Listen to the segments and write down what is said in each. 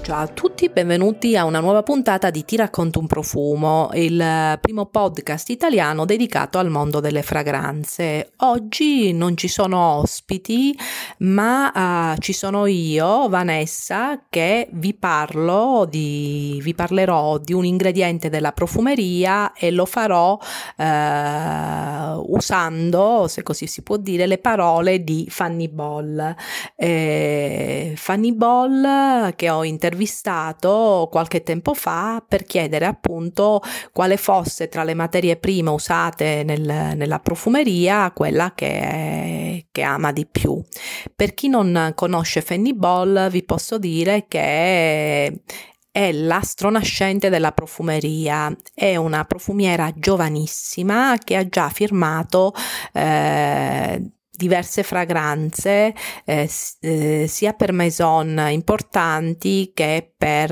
Ciao a tutti, benvenuti a una nuova puntata di Ti racconto un profumo, il primo podcast italiano dedicato al mondo delle fragranze. Oggi non ci sono ospiti, ma ci sono io, Vanessa, che vi parlerò di un ingrediente della profumeria e lo farò usando, se così si può dire, le parole di Fanny Ball. Fanny Ball, che ho intervistato qualche tempo fa per chiedere appunto quale fosse tra le materie prime usate nella profumeria quella che ama di più. Per chi non conosce Fanny Ball, vi posso dire che è l'astro nascente della profumeria, è una profumiera giovanissima che ha già firmato diverse fragranze sia per maison importanti che per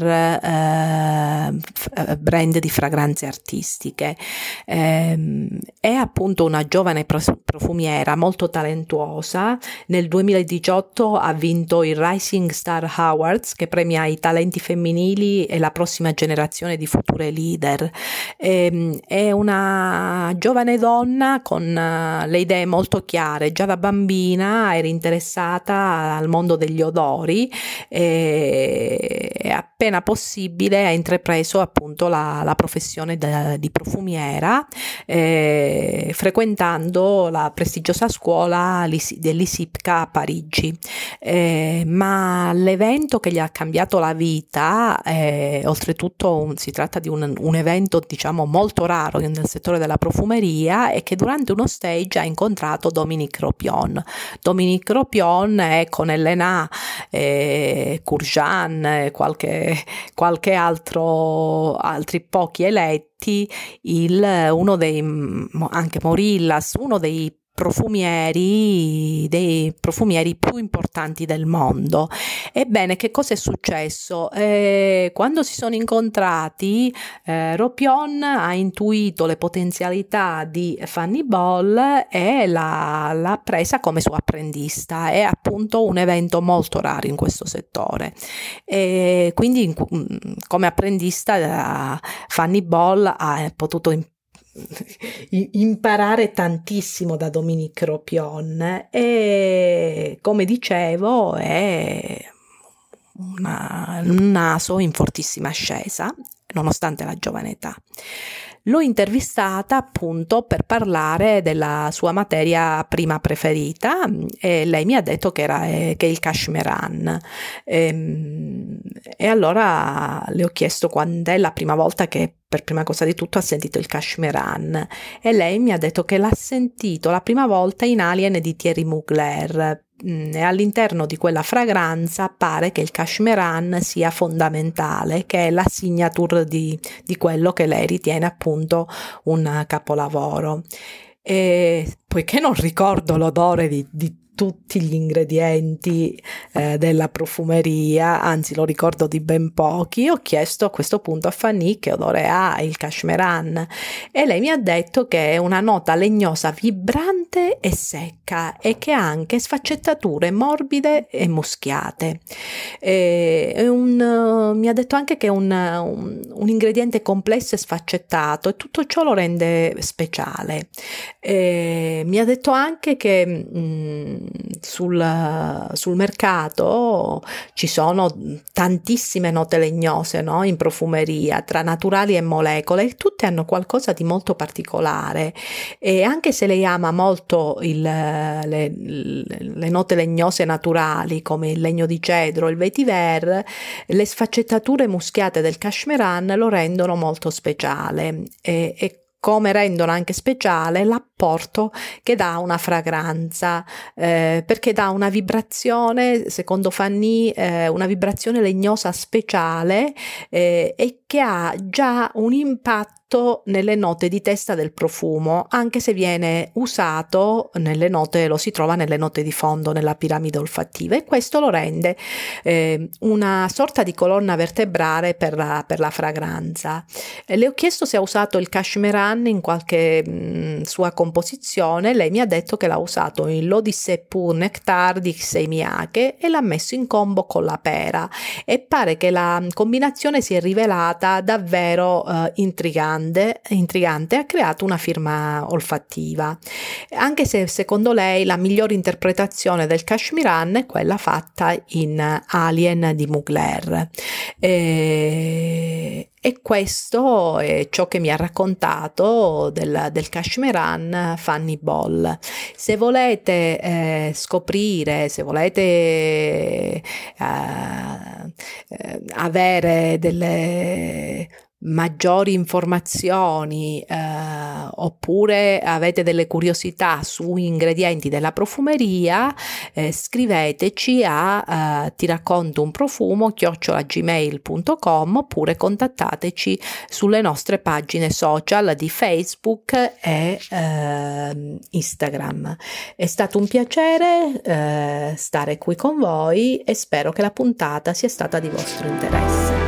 brand di fragranze artistiche. È appunto una giovane profumiera molto talentuosa. Nel 2018 ha vinto il Rising Star Awards, che premia i talenti femminili e la prossima generazione di future leader. È una giovane donna con le idee molto chiare. Già da bambina era interessata al mondo degli odori e appena possibile ha intrapreso appunto la professione di profumiera, frequentando la prestigiosa scuola dell'ISIPCA a Parigi. Ma l'evento che gli ha cambiato la vita, oltretutto si tratta di un evento diciamo molto raro nel settore della profumeria, è che durante uno stage ha incontrato Dominique Ropion. Dominique Ropion è con Elena, Kurjan, qualche altri pochi eletti, uno dei, anche Morillas, uno dei profumieri più importanti del mondo. Ebbene, che cosa è successo? Quando si sono incontrati, Ropion ha intuito le potenzialità di Fanny Ball e l'ha presa come sua apprendista. È appunto un evento molto raro in questo settore. Quindi come apprendista Fanny Ball ha potuto imparare tantissimo da Dominique Ropion e, come dicevo, è un naso in fortissima ascesa nonostante la giovane età. L'ho intervistata appunto per parlare della sua materia prima preferita e lei mi ha detto che è il Cashmeran. E allora le ho chiesto quando è la prima volta che per prima cosa di tutto ha sentito il Cashmeran, e lei mi ha detto che l'ha sentito la prima volta in Alien di Thierry Mugler. E all'interno di quella fragranza pare che il Cashmeran sia fondamentale, che è la signature di quello che lei ritiene appunto un capolavoro. E poiché non ricordo l'odore di tutti gli ingredienti della profumeria, anzi lo ricordo di ben pochi, ho chiesto a questo punto a Fanny che odore ha il Cashmeran e lei mi ha detto che è una nota legnosa vibrante e secca e che ha anche sfaccettature morbide e muschiate. Mi ha detto anche che è un ingrediente complesso e sfaccettato e tutto ciò lo rende speciale. Mi ha detto anche che sul mercato ci sono tantissime note legnose, no? In profumeria, tra naturali e molecole, e tutte hanno qualcosa di molto particolare. E anche se lei ama molto le note legnose naturali come il legno di cedro, il vetiver, le sfaccettature muschiate del Cashmeran lo rendono molto speciale e come rendono anche speciale l'apporto che dà una fragranza, perché dà una vibrazione, secondo Fanny, una vibrazione legnosa speciale, e che ha già un impatto nelle note di testa del profumo, anche se viene usato nelle note, lo si trova nelle note di fondo nella piramide olfattiva, e questo lo rende una sorta di colonna vertebrale per la fragranza. Le ho chiesto se ha usato il Cashmeran in qualche sua composizione. Lei mi ha detto che l'ha usato in l'Odyssée Pur Nectar di Xemiache e l'ha messo in combo con la pera, e pare che la combinazione si è rivelata davvero intrigante, ha creato una firma olfattiva, anche se secondo lei la migliore interpretazione del Cashmeran è quella fatta in Alien di Mugler. E questo è ciò che mi ha raccontato del Cashmeran Fanny Ball. Se volete scoprire, se volete avere delle maggiori informazioni oppure avete delle curiosità su ingredienti della profumeria, scriveteci a ti racconto un profumo @gmail.com, oppure contattateci sulle nostre pagine social di Facebook e Instagram. È stato un piacere stare qui con voi e spero che la puntata sia stata di vostro interesse.